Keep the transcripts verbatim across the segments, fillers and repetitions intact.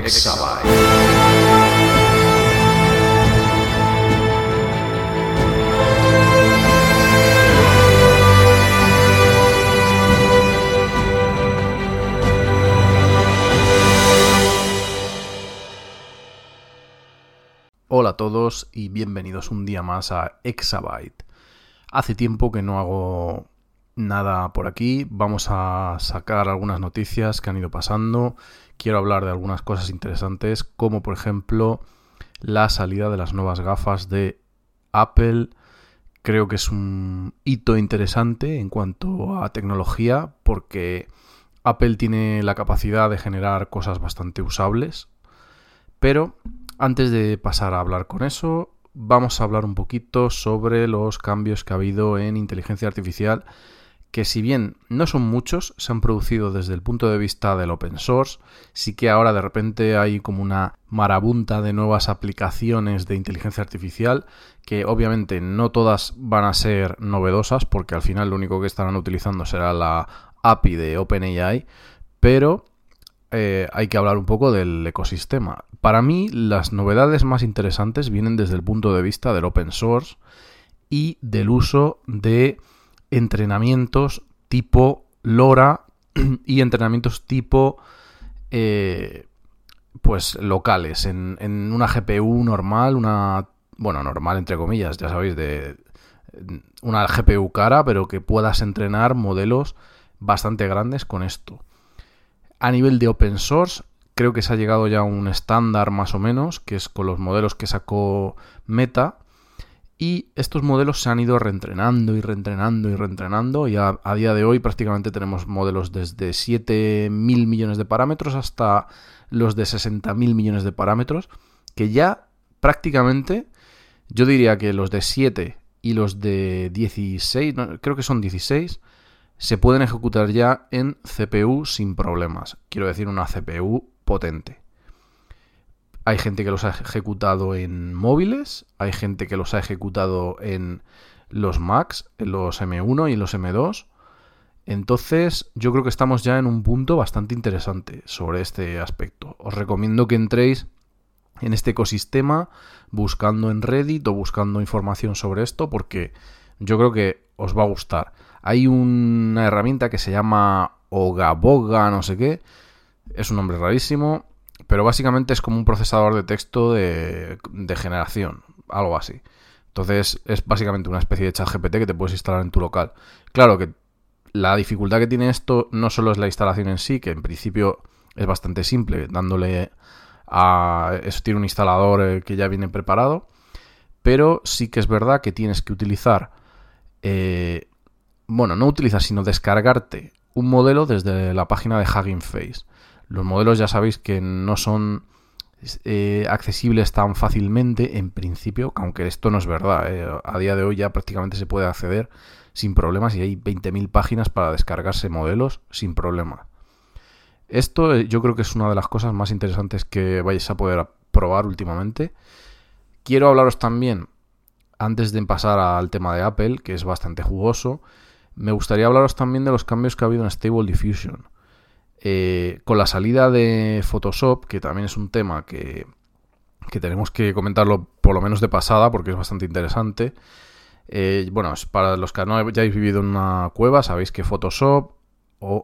Exabyte. Hola a todos y bienvenidos un día más a Exabyte. Hace tiempo que no hago nada por aquí. Vamos a sacar algunas noticias que han ido pasando. Quiero hablar de algunas cosas interesantes, como por ejemplo la salida de las nuevas gafas de Apple. Creo que es un hito interesante en cuanto a tecnología, porque Apple tiene la capacidad de generar cosas bastante usables. Pero antes de pasar a hablar con eso, vamos a hablar un poquito sobre los cambios que ha habido en inteligencia artificial, que si bien no son muchos, se han producido desde el punto de vista del open source. Sí que ahora de repente hay como una marabunta de nuevas aplicaciones de inteligencia artificial, que obviamente no todas van a ser novedosas, porque al final lo único que estarán utilizando será la A P I de OpenAI, pero Eh, hay que hablar un poco del ecosistema. Para mí, las novedades más interesantes vienen desde el punto de vista del open source y del uso de entrenamientos tipo LoRa y entrenamientos tipo eh, pues locales en, en una G P U normal, una bueno normal entre comillas, ya sabéis, de una G P U cara, pero que puedas entrenar modelos bastante grandes con esto. A nivel de open source, creo que se ha llegado ya a un estándar más o menos, que es con los modelos que sacó Meta, y estos modelos se han ido reentrenando y reentrenando y reentrenando, y a, a día de hoy prácticamente tenemos modelos desde siete mil millones de parámetros hasta los de sesenta mil millones de parámetros, que ya prácticamente, yo diría que los de siete y los de dieciséis, no, creo que son dieciséis, se pueden ejecutar ya en C P U sin problemas. Quiero decir, una C P U potente. Hay gente que los ha ejecutado en móviles, hay gente que los ha ejecutado en los Macs, en los M uno y en los M dos. Entonces, yo creo que estamos ya en un punto bastante interesante sobre este aspecto. Os recomiendo que entréis en este ecosistema buscando en Reddit o buscando información sobre esto, porque yo creo que os va a gustar. Hay una herramienta que se llama Ogaboga, no sé qué. Es un nombre rarísimo, pero básicamente es como un procesador de texto de, de generación, algo así. Entonces es básicamente una especie de ChatGPT que te puedes instalar en tu local. Claro que la dificultad que tiene esto no solo es la instalación en sí, que en principio es bastante simple, dándole a... Eso tiene un instalador que ya viene preparado, pero sí que es verdad que tienes que utilizar... Eh, Bueno, no utilizar, sino descargarte un modelo desde la página de Hugging Face. Los modelos ya sabéis que no son eh, accesibles tan fácilmente en principio, aunque esto no es verdad. Eh. A día de hoy ya prácticamente se puede acceder sin problemas y hay veinte mil páginas para descargarse modelos sin problema. Esto eh, yo creo que es una de las cosas más interesantes que vais a poder probar últimamente. Quiero hablaros también, antes de pasar al tema de Apple, que es bastante jugoso, me gustaría hablaros también de los cambios que ha habido en Stable Diffusion. Eh, con la salida de Photoshop, que también es un tema que, que tenemos que comentarlo por lo menos de pasada, porque es bastante interesante. Eh, bueno, para los que no hayáis vivido en una cueva, sabéis que Photoshop, o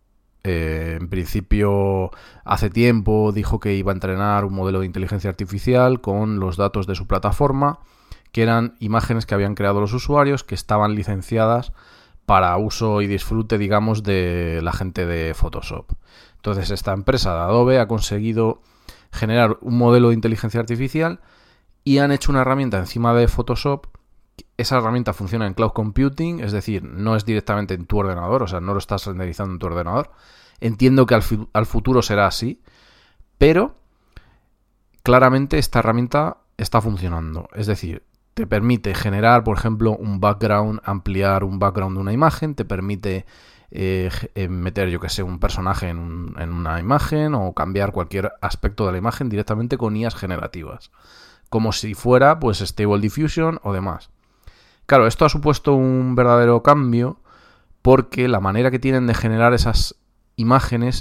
eh, en principio hace tiempo dijo que iba a entrenar un modelo de inteligencia artificial con los datos de su plataforma, que eran imágenes que habían creado los usuarios, que estaban licenciadas para uso y disfrute, digamos, de la gente de Photoshop. Entonces, esta empresa de Adobe ha conseguido generar un modelo de inteligencia artificial y han hecho una herramienta encima de Photoshop. Esa herramienta funciona en cloud computing, es decir, no es directamente en tu ordenador, o sea, no lo estás renderizando en tu ordenador. Entiendo que al, fi- al futuro será así, pero claramente esta herramienta está funcionando. Es decir, te permite generar, por ejemplo, un background, ampliar un background de una imagen, te permite eh, meter, yo que sé, un personaje en, un, en una imagen o cambiar cualquier aspecto de la imagen directamente con I As generativas, como si fuera, pues, Stable Diffusion o demás. Claro, esto ha supuesto un verdadero cambio porque la manera que tienen de generar esas imágenes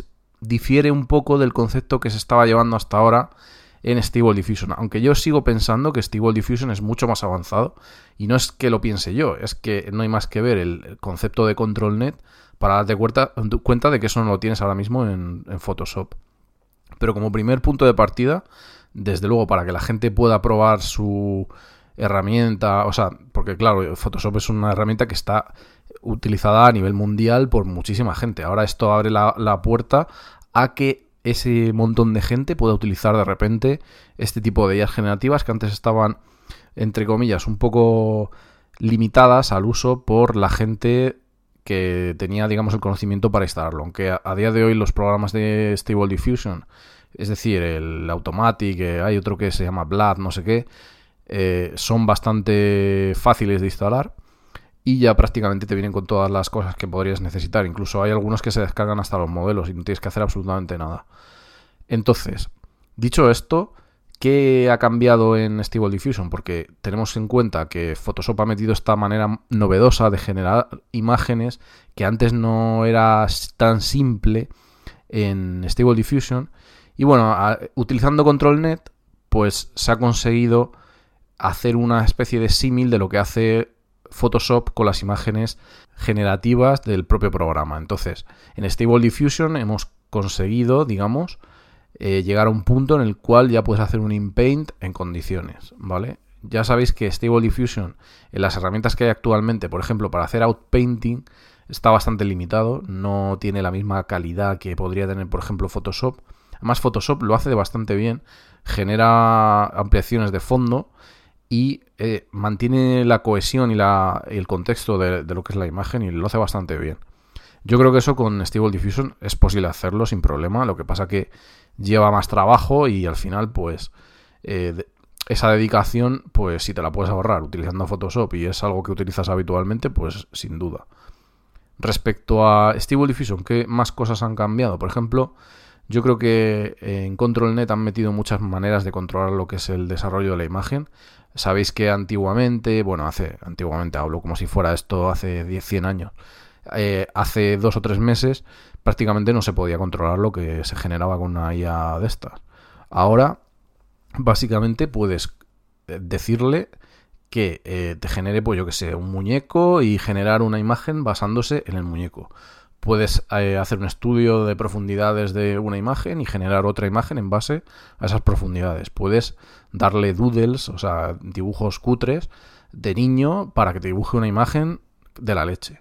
difiere un poco del concepto que se estaba llevando hasta ahora en Stable Diffusion, aunque yo sigo pensando que Stable Diffusion es mucho más avanzado, y no es que lo piense yo, es que no hay más que ver el, el concepto de ControlNet para darte cuenta, cuenta de que eso no lo tienes ahora mismo en, en Photoshop. Pero como primer punto de partida, desde luego, para que la gente pueda probar su herramienta, o sea, porque claro, Photoshop es una herramienta que está utilizada a nivel mundial por muchísima gente. Ahora esto abre la, la puerta a que ese montón de gente pueda utilizar de repente este tipo de I As generativas que antes estaban, entre comillas, un poco limitadas al uso por la gente que tenía, digamos, el conocimiento para instalarlo. Aunque a, a día de hoy los programas de Stable Diffusion, es decir, el Automatic, eh, hay otro que se llama Blood, no sé qué, eh, son bastante fáciles de instalar y ya prácticamente te vienen con todas las cosas que podrías necesitar. Incluso hay algunos que se descargan hasta los modelos y no tienes que hacer absolutamente nada. Entonces, dicho esto, ¿qué ha cambiado en Stable Diffusion? Porque tenemos en cuenta que Photoshop ha metido esta manera novedosa de generar imágenes que antes no era tan simple en Stable Diffusion. Y bueno, a, utilizando ControlNet, pues se ha conseguido hacer una especie de símil de lo que hace Photoshop con las imágenes generativas del propio programa. Entonces, en Stable Diffusion hemos conseguido, digamos, eh, llegar a un punto en el cual ya puedes hacer un inpaint en condiciones, ¿vale? Ya sabéis que Stable Diffusion, en las herramientas que hay actualmente, por ejemplo, para hacer outpainting, está bastante limitado, no tiene la misma calidad que podría tener, por ejemplo, Photoshop. Además, Photoshop lo hace de bastante bien, genera ampliaciones de fondo y eh, mantiene la cohesión y la, el contexto de, de lo que es la imagen y lo hace bastante bien. Yo creo que eso con Stable Diffusion es posible hacerlo sin problema, lo que pasa que lleva más trabajo y al final pues eh, esa dedicación pues si te la puedes ahorrar utilizando Photoshop y es algo que utilizas habitualmente, pues sin duda. Respecto a Stable Diffusion, ¿qué más cosas han cambiado? Por ejemplo, yo creo que en ControlNet han metido muchas maneras de controlar lo que es el desarrollo de la imagen. Sabéis que antiguamente, bueno, hace antiguamente hablo como si fuera esto hace diez, cien años, eh, hace dos o tres meses prácticamente no se podía controlar lo que se generaba con una I A de estas. Ahora, básicamente puedes decirle que eh, te genere, pues yo que sé, un muñeco y generar una imagen basándose en el muñeco. Puedes eh, hacer un estudio de profundidades de una imagen y generar otra imagen en base a esas profundidades. Puedes darle doodles, o sea, dibujos cutres de niño para que te dibuje una imagen de la leche.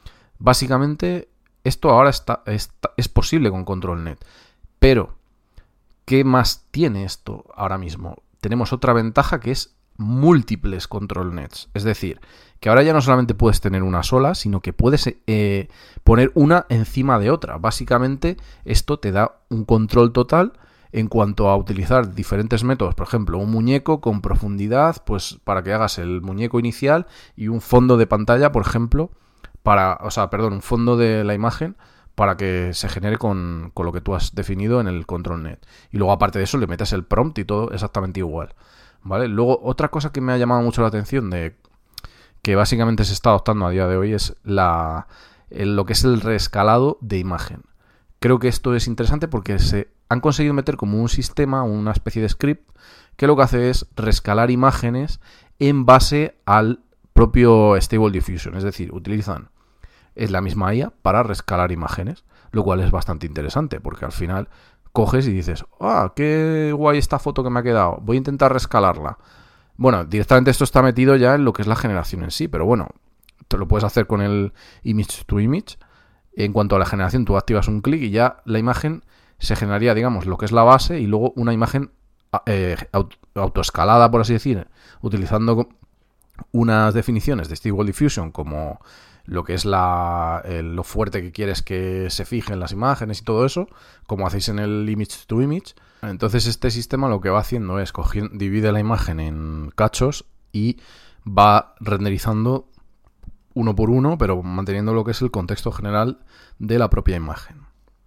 Básicamente, esto ahora está, está, es posible con ControlNet. Pero, ¿qué más tiene esto ahora mismo? Tenemos otra ventaja que es múltiples ControlNets. Es decir, que ahora ya no solamente puedes tener una sola, sino que puedes eh, poner una encima de otra. Básicamente, esto te da un control total en cuanto a utilizar diferentes métodos. Por ejemplo, un muñeco con profundidad, pues para que hagas el muñeco inicial y un fondo de pantalla, por ejemplo, para, o sea, perdón, un fondo de la imagen para que se genere con, con lo que tú has definido en el ControlNet. Y luego, aparte de eso, le metes el prompt y todo exactamente igual. ¿Vale? Luego, otra cosa que me ha llamado mucho la atención de que básicamente se está adoptando a día de hoy es la, el, lo que es el reescalado de imagen. Creo que esto es interesante porque se han conseguido meter como un sistema, una especie de script, que lo que hace es reescalar imágenes en base al propio Stable Diffusion. Es decir, utilizan es la misma I A para reescalar imágenes, lo cual es bastante interesante porque al final coges y dices, ah, qué guay esta foto que me ha quedado, voy a intentar reescalarla. Bueno, directamente esto está metido ya en lo que es la generación en sí, pero bueno, te lo puedes hacer con el image to image. En cuanto a la generación, tú activas un clic y ya la imagen se generaría, digamos, lo que es la base y luego una imagen eh, autoescalada, por así decir, utilizando unas definiciones de Stable Diffusion como lo que es la, el, lo fuerte que quieres que se fijen las imágenes y todo eso, como hacéis en el image to image. Entonces este sistema lo que va haciendo es coger, divide la imagen en cachos y va renderizando uno por uno, pero manteniendo lo que es el contexto general de la propia imagen.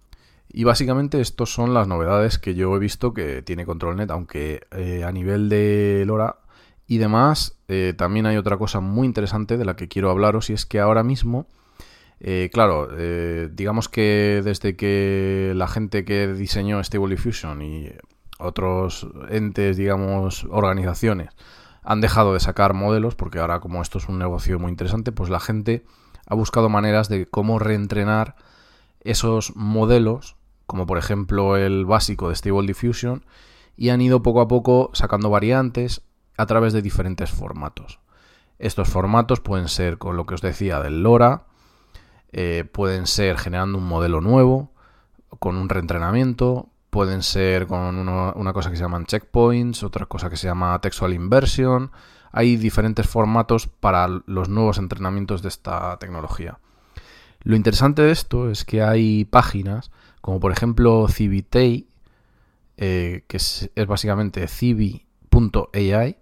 Y básicamente estas son las novedades que yo he visto que tiene ControlNet, aunque eh, a nivel de LoRa y demás, eh, también hay otra cosa muy interesante de la que quiero hablaros, y es que ahora mismo Eh, claro, eh, digamos que desde que la gente que diseñó Stable Diffusion y otros entes, digamos, organizaciones, han dejado de sacar modelos, porque ahora como esto es un negocio muy interesante, pues la gente ha buscado maneras de cómo reentrenar esos modelos, como por ejemplo el básico de Stable Diffusion, y han ido poco a poco sacando variantes a través de diferentes formatos. Estos formatos pueden ser, con lo que os decía, del LoRa, eh, pueden ser generando un modelo nuevo, con un reentrenamiento, pueden ser con uno, una cosa que se llaman checkpoints, otra cosa que se llama textual inversion. Hay diferentes formatos para los nuevos entrenamientos de esta tecnología. Lo interesante de esto es que hay páginas, como por ejemplo Civitei, eh, que es, es básicamente civi punto a i,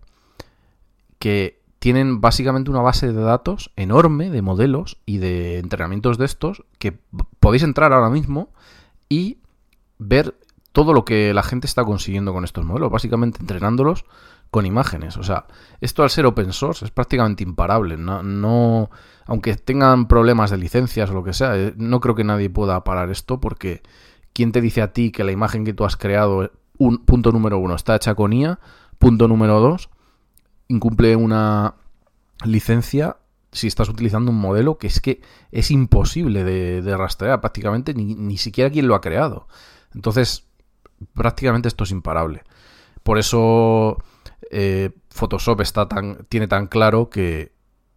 que tienen básicamente una base de datos enorme de modelos y de entrenamientos de estos, que podéis entrar ahora mismo y ver todo lo que la gente está consiguiendo con estos modelos, básicamente entrenándolos con imágenes. O sea, esto al ser open source es prácticamente imparable. No, no, aunque tengan problemas de licencias o lo que sea, no creo que nadie pueda parar esto, porque ¿quién te dice a ti que la imagen que tú has creado, un, punto número uno, está hecha con I A, punto número dos, incumple una licencia si estás utilizando un modelo que es que es imposible de, de rastrear prácticamente, ni, ni siquiera quien lo ha creado? Entonces, prácticamente esto es imparable. Por eso eh, Photoshop está tan, tiene tan claro que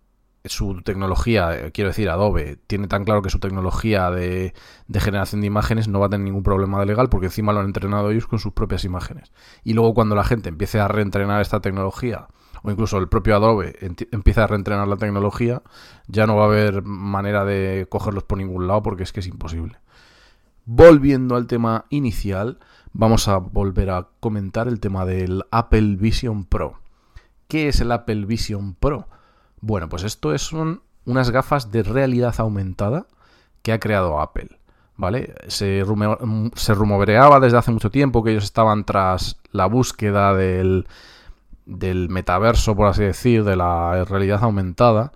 su tecnología, quiero decir, Adobe, tiene tan claro que su tecnología de, de generación de imágenes no va a tener ningún problema de legal, porque encima lo han entrenado ellos con sus propias imágenes. Y luego cuando la gente empiece a reentrenar esta tecnología, o incluso el propio Adobe empieza a reentrenar la tecnología, ya no va a haber manera de cogerlos por ningún lado, porque es que es imposible. Volviendo al tema inicial, vamos a volver a comentar el tema del Apple Vision Pro. ¿Qué es el Apple Vision Pro? Bueno, pues esto son unas gafas de realidad aumentada que ha creado Apple, ¿vale? Se, rumo, se rumoreaba desde hace mucho tiempo que ellos estaban tras la búsqueda del, del metaverso, por así decir, de la realidad aumentada,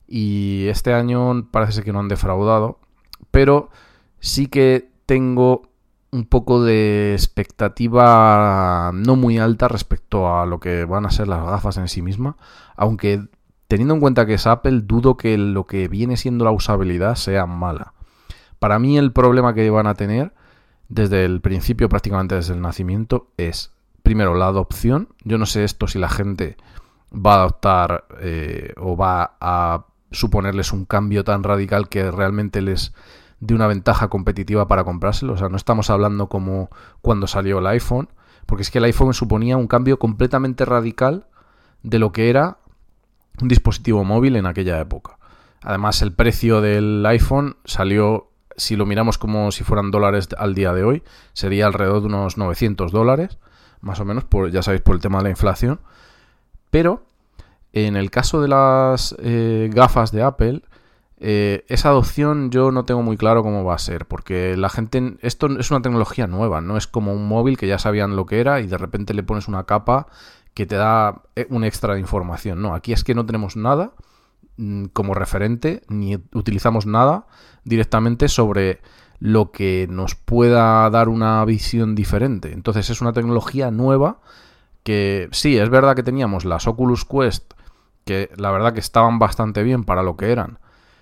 y este año parece ser que no han defraudado, pero sí que tengo un poco de expectativa no muy alta respecto a lo que van a ser las gafas en sí mismas, aunque teniendo en cuenta que es Apple, dudo que lo que viene siendo la usabilidad sea mala. Para mí el problema que van a tener desde el principio, prácticamente desde el nacimiento, es primero la adopción. Yo no sé esto si la gente va a adoptar eh, o va a suponerles un cambio tan radical que realmente les dé una ventaja competitiva para comprárselo. O sea, no estamos hablando como cuando salió el iPhone, porque es que el iPhone suponía un cambio completamente radical de lo que era un dispositivo móvil en aquella época. Además, el precio del iPhone salió, si lo miramos como si fueran dólares al día de hoy, sería alrededor de unos novecientos dólares, más o menos, por, ya sabéis, por el tema de la inflación. Pero en el caso de las eh, gafas de Apple, eh, esa adopción yo no tengo muy claro cómo va a ser, porque la gente, esto es una tecnología nueva, no es como un móvil que ya sabían lo que era y de repente le pones una capa que te da un extra de información. No, aquí es que no tenemos nada mmm, como referente, ni utilizamos nada directamente sobre lo que nos pueda dar una visión diferente. Entonces es una tecnología nueva que sí, es verdad que teníamos las Oculus Quest, que la verdad que estaban bastante bien para lo que eran,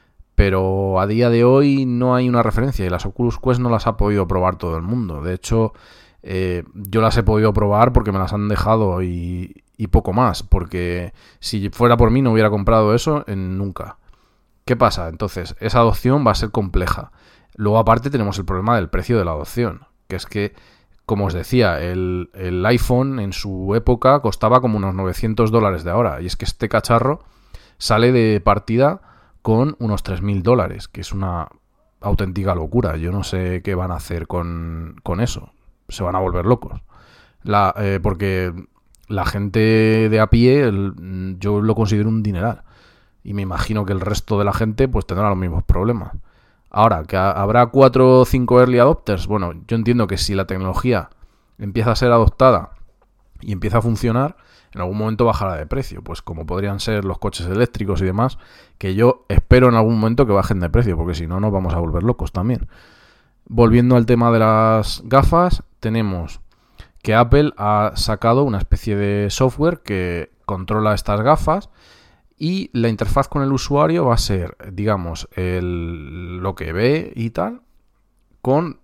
pero a día de hoy no hay una referencia y las Oculus Quest no las ha podido probar todo el mundo. De hecho, Eh, yo las he podido probar porque me las han dejado y, y poco más, porque si fuera por mí no hubiera comprado eso en nunca. ¿Qué pasa? Entonces, esa adopción va a ser compleja. Luego, aparte, tenemos el problema del precio de la adopción, que es que, como os decía, el, el iPhone en su época costaba como unos novecientos dólares de ahora, y es que este cacharro sale de partida con unos tres mil dólares, que es una auténtica locura. Yo no sé qué van a hacer con, con eso. Se van a volver locos. La, eh, porque la gente de a pie, el, yo lo considero un dineral. Y me imagino que el resto de la gente pues tendrá los mismos problemas. Ahora, ¿que ha, habrá cuatro o cinco early adopters? Bueno, yo entiendo que si la tecnología empieza a ser adoptada y empieza a funcionar, en algún momento bajará de precio, pues como podrían ser los coches eléctricos y demás, que yo espero en algún momento que bajen de precio, porque si no nos vamos a volver locos también. Volviendo al tema de las gafas, tenemos que Apple ha sacado una especie de software que controla estas gafas y la interfaz con el usuario va a ser, digamos, el, lo que ve y tal, con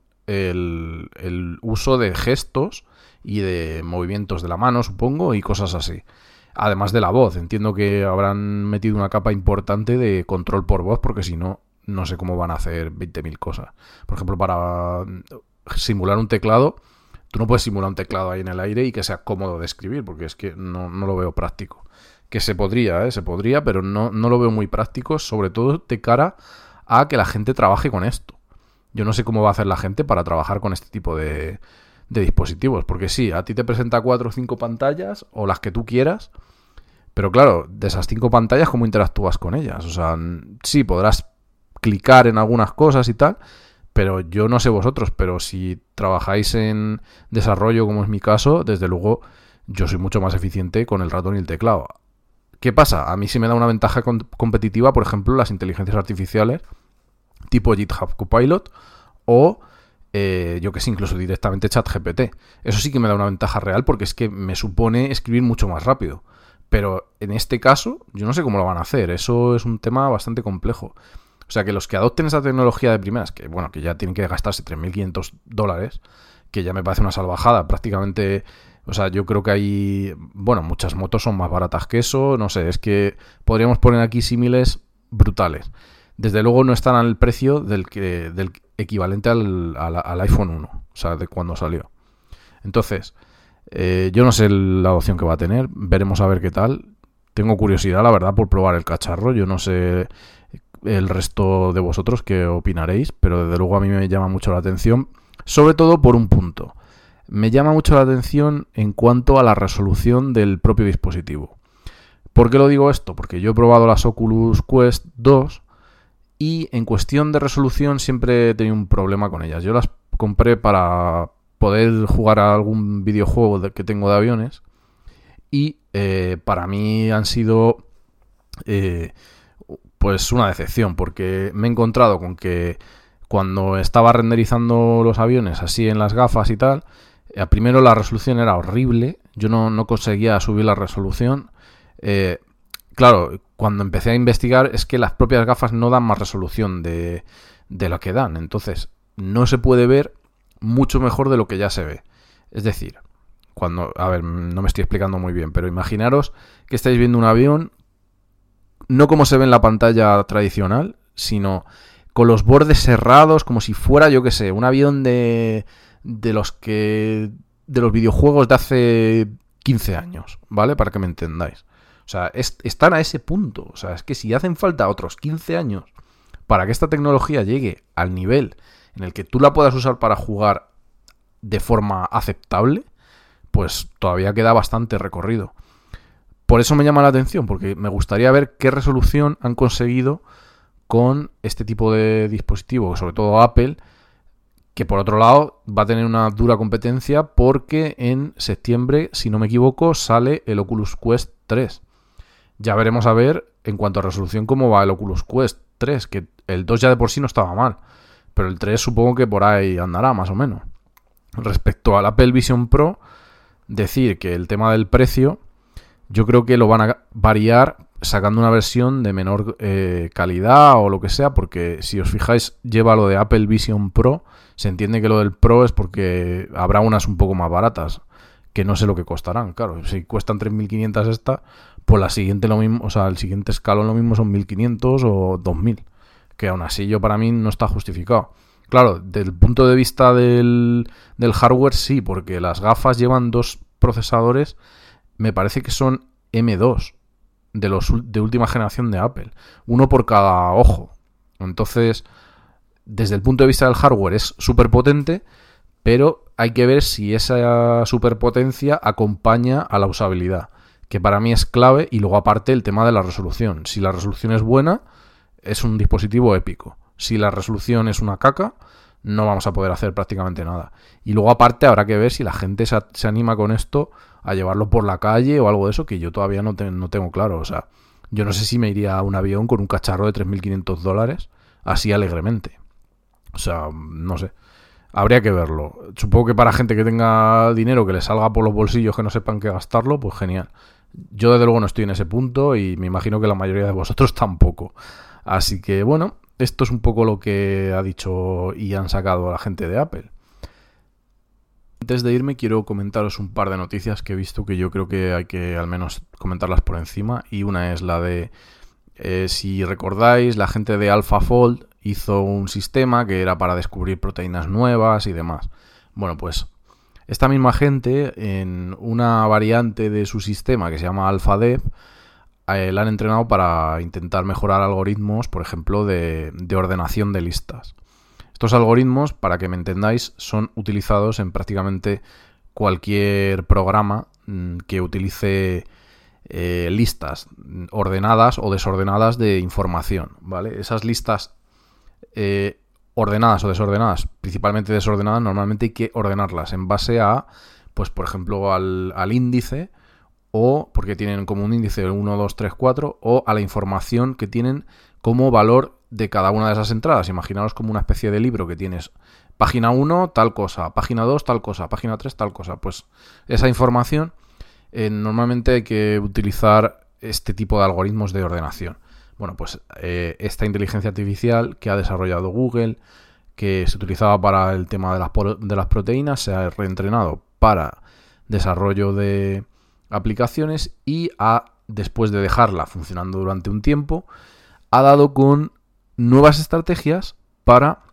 el, el uso de gestos y de movimientos de la mano, supongo, y cosas así. Además de la voz, entiendo que habrán metido una capa importante de control por voz, porque si no, no sé cómo van a hacer veinte mil cosas. Por ejemplo, para simular un teclado, tú no puedes simular un teclado ahí en el aire y que sea cómodo de escribir, porque es que no, no lo veo práctico. Que se podría, ¿eh? Se podría, pero no, no lo veo muy práctico, sobre todo de cara a que la gente trabaje con esto. Yo no sé cómo va a hacer la gente para trabajar con este tipo de, de dispositivos, porque sí, a ti te presenta cuatro o cinco pantallas, o las que tú quieras, pero claro, de esas cinco pantallas, ¿cómo interactúas con ellas? O sea, sí, podrás clicar en algunas cosas y tal, pero yo no sé vosotros, pero si trabajáis en desarrollo, como es mi caso, desde luego yo soy mucho más eficiente con el ratón y el teclado. ¿Qué pasa? A mí sí me da una ventaja con- competitiva, por ejemplo, las inteligencias artificiales tipo GitHub Copilot o, eh, yo que sé, incluso directamente ChatGPT. Eso sí que me da una ventaja real porque es que me supone escribir mucho más rápido. Pero en este caso, yo no sé cómo lo van a hacer. Eso es un tema bastante complejo. O sea, que los que adopten esa tecnología de primeras, que bueno, que ya tienen que gastarse tres mil quinientos dólares, que ya me parece una salvajada, prácticamente. O sea, yo creo que hay, bueno, muchas motos son más baratas que eso, no sé, es que podríamos poner aquí símiles brutales. Desde luego no están al precio del que del equivalente al, al, al iPhone uno, o sea, de cuando salió. Entonces, eh, yo no sé la adopción que va a tener, veremos a ver qué tal. Tengo curiosidad, la verdad, por probar el cacharro, yo no sé el resto de vosotros qué opinaréis, pero desde luego a mí me llama mucho la atención, sobre todo por un punto. Me llama mucho la atención en cuanto a la resolución del propio dispositivo. ¿Por qué lo digo esto? Porque yo he probado las Oculus Quest dos y en cuestión de resolución siempre he tenido un problema con ellas. Yo las compré para poder jugar a algún videojuego de, que tengo de aviones y eh, para mí han sido eh, pues una decepción, porque me he encontrado con que cuando estaba renderizando los aviones así en las gafas y tal, eh, primero la resolución era horrible, yo no, no conseguía subir la resolución. Eh, claro, cuando empecé a investigar es que las propias gafas no dan más resolución de, de lo que dan, entonces no se puede ver mucho mejor de lo que ya se ve. Es decir, cuando, a ver, no me estoy explicando muy bien, pero imaginaros que estáis viendo un avión no como se ve en la pantalla tradicional, sino con los bordes cerrados, como si fuera, yo qué sé, un avión de, de los que de los videojuegos de hace quince años, ¿vale? Para que me entendáis. O sea, es, están a ese punto. O sea, es que si hacen falta otros quince años para que esta tecnología llegue al nivel en el que tú la puedas usar para jugar de forma aceptable, pues todavía queda bastante recorrido. Por eso me llama la atención, porque me gustaría ver qué resolución han conseguido con este tipo de dispositivo, sobre todo Apple, que por otro lado va a tener una dura competencia porque en septiembre, si no me equivoco, sale el Oculus Quest tres. Ya veremos a ver en cuanto a resolución cómo va el Oculus Quest tres, que el dos ya de por sí no estaba mal, pero el tres supongo que por ahí andará más o menos. Respecto al Apple Vision Pro, decir que el tema del precio yo creo que lo van a variar sacando una versión de menor eh, calidad o lo que sea, porque si os fijáis lleva lo de Apple Vision Pro, se entiende que lo del Pro es porque habrá unas un poco más baratas, que no sé lo que costarán, claro, si cuestan tres mil quinientos esta, pues la siguiente lo mismo, o sea, el siguiente escalón lo mismo son mil quinientos o dos mil, que aún así yo para mí no está justificado. Claro, desde el punto de vista del, del hardware sí, porque las gafas llevan dos procesadores, me parece que son M dos de los de última generación de Apple, uno por cada ojo. Entonces, desde el punto de vista del hardware es súper potente, pero hay que ver si esa superpotencia acompaña a la usabilidad, que para mí es clave, y luego aparte el tema de la resolución. Si la resolución es buena, es un dispositivo épico. Si la resolución es una caca, no vamos a poder hacer prácticamente nada. Y luego aparte habrá que ver si la gente se, se anima con esto a llevarlo por la calle o algo de eso, que yo todavía no, te, no tengo claro. O sea, yo no sé si me iría a un avión con un cacharro de tres mil quinientos dólares así alegremente. O sea, no sé. Habría que verlo. Supongo que para gente que tenga dinero que le salga por los bolsillos, que no sepan qué gastarlo, pues genial. Yo desde luego no estoy en ese punto y me imagino que la mayoría de vosotros tampoco. Así que bueno, esto es un poco lo que ha dicho y han sacado la gente de Apple. Antes de irme quiero comentaros un par de noticias que he visto que yo creo que hay que al menos comentarlas por encima. Y una es la de, eh, si recordáis, la gente de AlphaFold hizo un sistema que era para descubrir proteínas nuevas y demás. Bueno, pues esta misma gente, en una variante de su sistema que se llama AlphaDev, eh, la han entrenado para intentar mejorar algoritmos, por ejemplo, de, de ordenación de listas. Estos algoritmos, para que me entendáis, son utilizados en prácticamente cualquier programa mmm, que utilice eh, listas ordenadas o desordenadas de información, ¿vale? Esas listas Eh, ordenadas o desordenadas, principalmente desordenadas, normalmente hay que ordenarlas en base a, pues por ejemplo, al, al índice, o porque tienen como un índice uno, dos, tres, cuatro, o a la información que tienen como valor de cada una de esas entradas. Imaginaos como una especie de libro que tienes página uno, tal cosa, página dos, tal cosa, página tres, tal cosa. Pues esa información eh, normalmente hay que utilizar este tipo de algoritmos de ordenación. Bueno, pues eh, esta inteligencia artificial que ha desarrollado Google, que se utilizaba para el tema de las, de las proteínas, se ha reentrenado para desarrollo de aplicaciones y ha, después de dejarla funcionando durante un tiempo, ha dado con nuevas estrategias para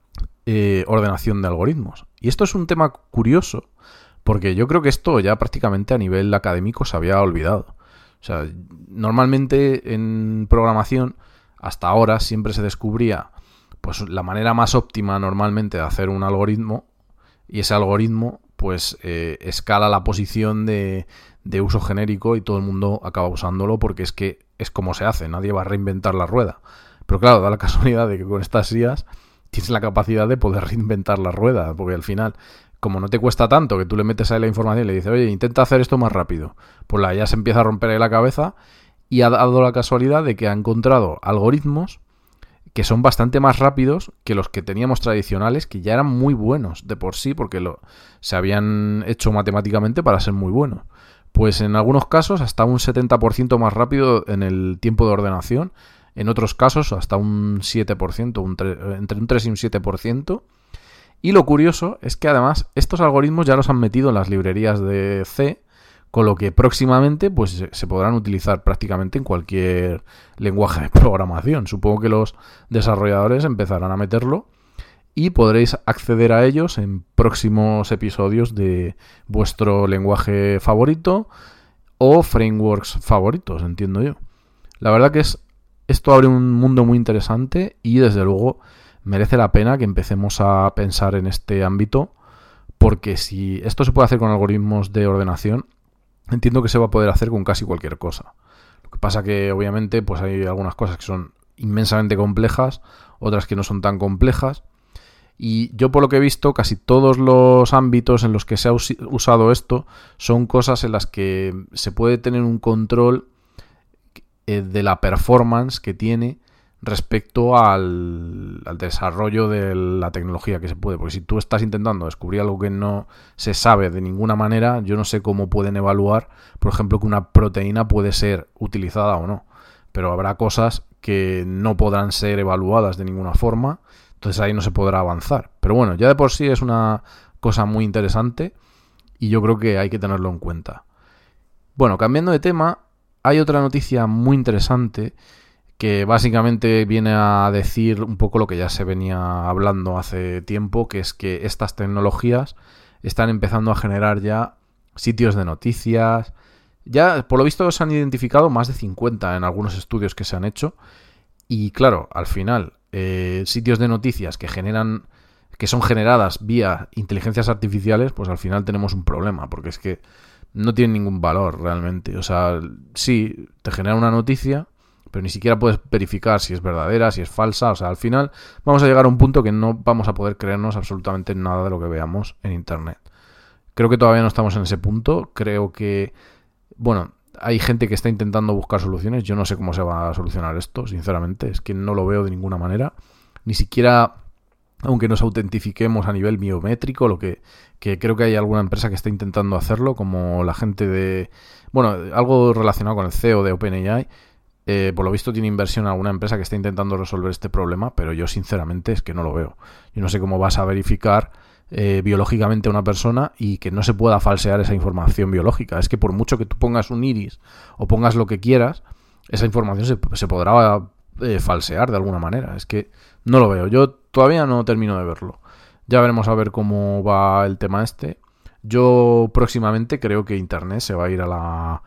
eh, ordenación de algoritmos. Y esto es un tema curioso, porque yo creo que esto ya prácticamente a nivel académico se había olvidado. O sea, normalmente en programación hasta ahora siempre se descubría pues la manera más óptima normalmente de hacer un algoritmo, y ese algoritmo pues eh, escala la posición de, de uso genérico y todo el mundo acaba usándolo porque es que es como se hace, nadie va a reinventar la rueda. Pero claro, da la casualidad de que con estas I As tienes la capacidad de poder reinventar la rueda, porque al final, como no te cuesta tanto que tú le metes ahí la información y le dices, oye, intenta hacer esto más rápido, pues la I A se empieza a romper ahí la cabeza y ha dado la casualidad de que ha encontrado algoritmos que son bastante más rápidos que los que teníamos tradicionales, que ya eran muy buenos de por sí, porque lo, se habían hecho matemáticamente para ser muy buenos. Pues en algunos casos hasta un setenta por ciento más rápido en el tiempo de ordenación, en otros casos hasta un siete por ciento, un tre- entre un tres y un siete por ciento. Y lo curioso es que además estos algoritmos ya los han metido en las librerías de C, con lo que próximamente pues se podrán utilizar prácticamente en cualquier lenguaje de programación. Supongo que los desarrolladores empezarán a meterlo y podréis acceder a ellos en próximos episodios de vuestro lenguaje favorito o frameworks favoritos, entiendo yo. La verdad que es esto abre un mundo muy interesante y desde luego merece la pena que empecemos a pensar en este ámbito, porque si esto se puede hacer con algoritmos de ordenación, entiendo que se va a poder hacer con casi cualquier cosa. Lo que pasa que obviamente pues hay algunas cosas que son inmensamente complejas, otras que no son tan complejas. Y yo por lo que he visto, casi todos los ámbitos en los que se ha us- usado esto son cosas en las que se puede tener un control eh, de la performance que tiene respecto al, al desarrollo de la tecnología que se puede. Porque si tú estás intentando descubrir algo que no se sabe de ninguna manera, yo no sé cómo pueden evaluar, por ejemplo, que una proteína puede ser utilizada o no. Pero habrá cosas que no podrán ser evaluadas de ninguna forma, entonces ahí no se podrá avanzar. Pero bueno, ya de por sí es una cosa muy interesante y yo creo que hay que tenerlo en cuenta. Bueno, cambiando de tema, hay otra noticia muy interesante que básicamente viene a decir un poco lo que ya se venía hablando hace tiempo, que es que estas tecnologías están empezando a generar ya sitios de noticias. Ya, por lo visto, se han identificado más de cincuenta en algunos estudios que se han hecho. Y claro, al final, eh, sitios de noticias que generan, que son generadas vía inteligencias artificiales, pues al final tenemos un problema, porque es que no tienen ningún valor realmente. O sea, sí, te genera una noticia, pero ni siquiera puedes verificar si es verdadera, si es falsa. O sea, al final vamos a llegar a un punto que no vamos a poder creernos absolutamente nada de lo que veamos en Internet. Creo que todavía no estamos en ese punto. Creo que, bueno, hay gente que está intentando buscar soluciones. Yo no sé cómo se va a solucionar esto, sinceramente. Es que no lo veo de ninguna manera. Ni siquiera, aunque nos autentifiquemos a nivel biométrico, lo que, que creo que hay alguna empresa que está intentando hacerlo, como la gente de... Bueno, algo relacionado con el C E O de OpenAI. Eh, por lo visto tiene inversión en alguna empresa que está intentando resolver este problema, pero yo sinceramente es que no lo veo. Yo no sé cómo vas a verificar eh, biológicamente a una persona y que no se pueda falsear esa información biológica. Es que por mucho que tú pongas un iris o pongas lo que quieras, esa información se, se podrá eh, falsear de alguna manera. Es que no lo veo. Yo todavía no termino de verlo. Ya veremos a ver cómo va el tema este. Yo próximamente creo que Internet se va a ir a la...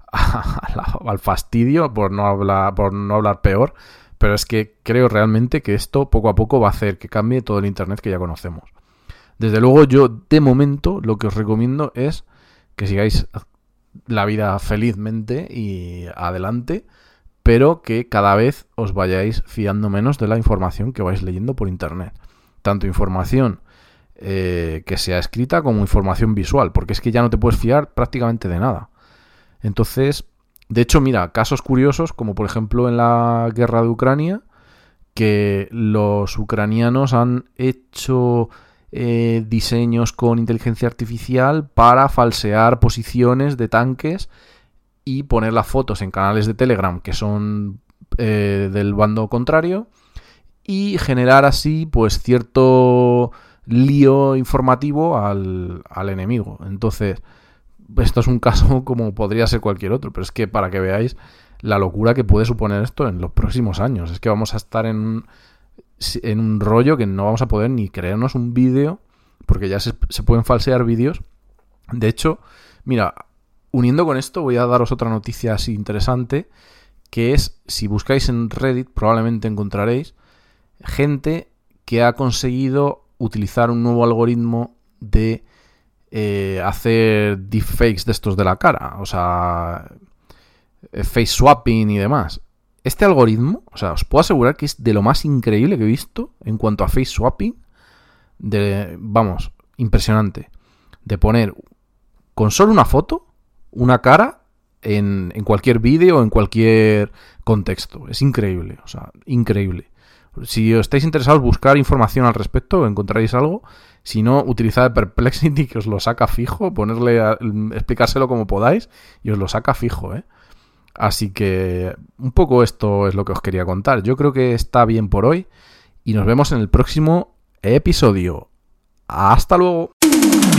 al fastidio, por no hablar por no hablar peor, pero es que creo realmente que esto poco a poco va a hacer que cambie todo el Internet que ya conocemos. Desde luego yo de momento lo que os recomiendo es que sigáis la vida felizmente y adelante, pero que cada vez os vayáis fiando menos de la información que vais leyendo por Internet, tanto información eh, que sea escrita como información visual, porque es que ya no te puedes fiar prácticamente de nada. Entonces, de hecho, mira, casos curiosos, como por ejemplo en la guerra de Ucrania, que los ucranianos han hecho eh, diseños con inteligencia artificial para falsear posiciones de tanques y poner las fotos en canales de Telegram que son eh, del bando contrario y generar así pues cierto lío informativo al, al enemigo. Entonces... Esto es un caso como podría ser cualquier otro, pero es que para que veáis la locura que puede suponer esto en los próximos años. Es que vamos a estar en un, en un rollo que no vamos a poder ni creernos un vídeo, porque ya se, se pueden falsear vídeos. De hecho, mira, uniendo con esto voy a daros otra noticia así interesante, que es, si buscáis en Reddit probablemente encontraréis gente que ha conseguido utilizar un nuevo algoritmo de... Eh, hacer deepfakes de estos de la cara, o sea, face swapping y demás. Este algoritmo, o sea, os puedo asegurar que es de lo más increíble que he visto en cuanto a face swapping. De, vamos, impresionante. De poner con solo una foto, una cara en, en cualquier vídeo o en cualquier contexto. Es increíble, o sea, increíble. Si os estáis interesados, buscar información al respecto, encontraréis algo. Si no, utilizad Perplexity, que os lo saca fijo, ponerle a, explicárselo como podáis y os lo saca fijo, ¿eh? Así que un poco esto es lo que os quería contar. Yo creo que está bien por hoy y nos vemos en el próximo episodio. ¡Hasta luego!